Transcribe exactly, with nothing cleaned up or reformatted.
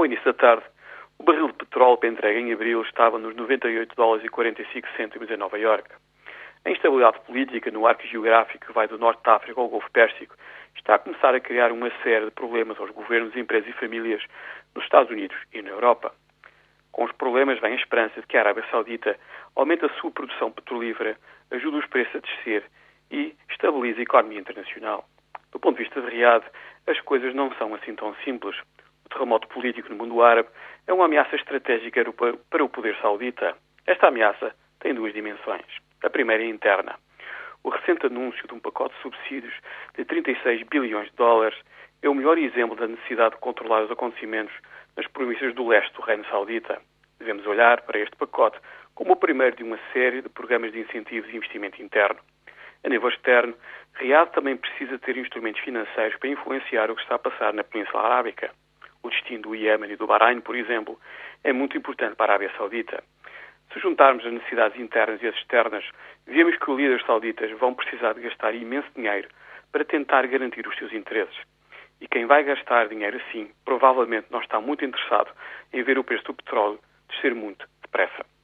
início da tarde, o barril de petróleo para entrega em abril estava nos noventa e oito dólares e quarenta e cinco cêntimos em Nova Iorque. A instabilidade política no arco geográfico que vai do Norte de África ao Golfo Pérsico está a começar a criar uma série de problemas aos governos, empresas e famílias nos Estados Unidos e na Europa. Com os problemas vem a esperança de que a Arábia Saudita aumente a sua produção petrolífera, ajude os preços a descer e estabilize a economia internacional. Do ponto de vista de Riad, as coisas não são assim tão simples. O terremoto político no mundo árabe é uma ameaça estratégica para o poder saudita. Esta ameaça tem duas dimensões. A primeira é interna. O recente anúncio de um pacote de subsídios de trinta e seis bilhões de dólares é o melhor exemplo da necessidade de controlar os acontecimentos nas províncias do leste do Reino Saudita. Devemos olhar para este pacote como o primeiro de uma série de programas de incentivos e investimento interno. A nível externo, Riad também precisa ter instrumentos financeiros para influenciar o que está a passar na Península Arábica. O destino do Iêmen e do Bahrein, por exemplo, é muito importante para a Arábia Saudita. Se juntarmos as necessidades internas e as externas, vemos que os líderes sauditas vão precisar de gastar imenso dinheiro para tentar garantir os seus interesses. E quem vai gastar dinheiro assim, provavelmente não está muito interessado em ver o preço do petróleo descer muito depressa.